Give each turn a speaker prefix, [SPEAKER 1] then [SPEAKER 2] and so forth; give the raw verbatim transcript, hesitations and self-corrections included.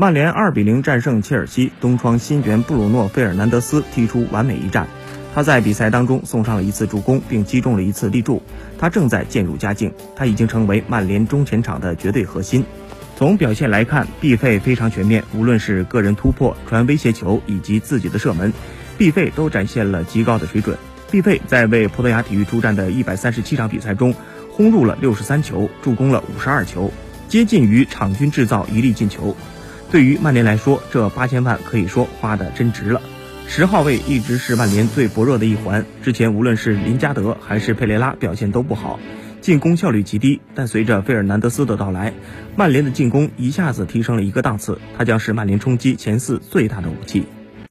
[SPEAKER 1] 曼联二比零战胜切尔西，东窗新援布鲁诺·费尔南德斯踢出完美一战。他在比赛当中送上了一次助攻，并击中了一次立柱。他正在渐入佳境，他已经成为曼联中前场的绝对核心。从表现来看，毕费非常全面，无论是个人突破、传威胁球以及自己的射门，毕费都展现了极高的水准。毕费在为葡萄牙体育出战的一百三十七场比赛中，轰入了六十三球，助攻了五十二球，接近于场均制造一粒进球。对于曼联来说，这八千万可以说花得真值了。十号位一直是曼联最薄弱的一环，之前无论是林加德还是佩雷拉表现都不好，进攻效率极低。但随着费尔南德斯的到来，曼联的进攻一下子提升了一个档次，他将是曼联冲击前四最大的武器。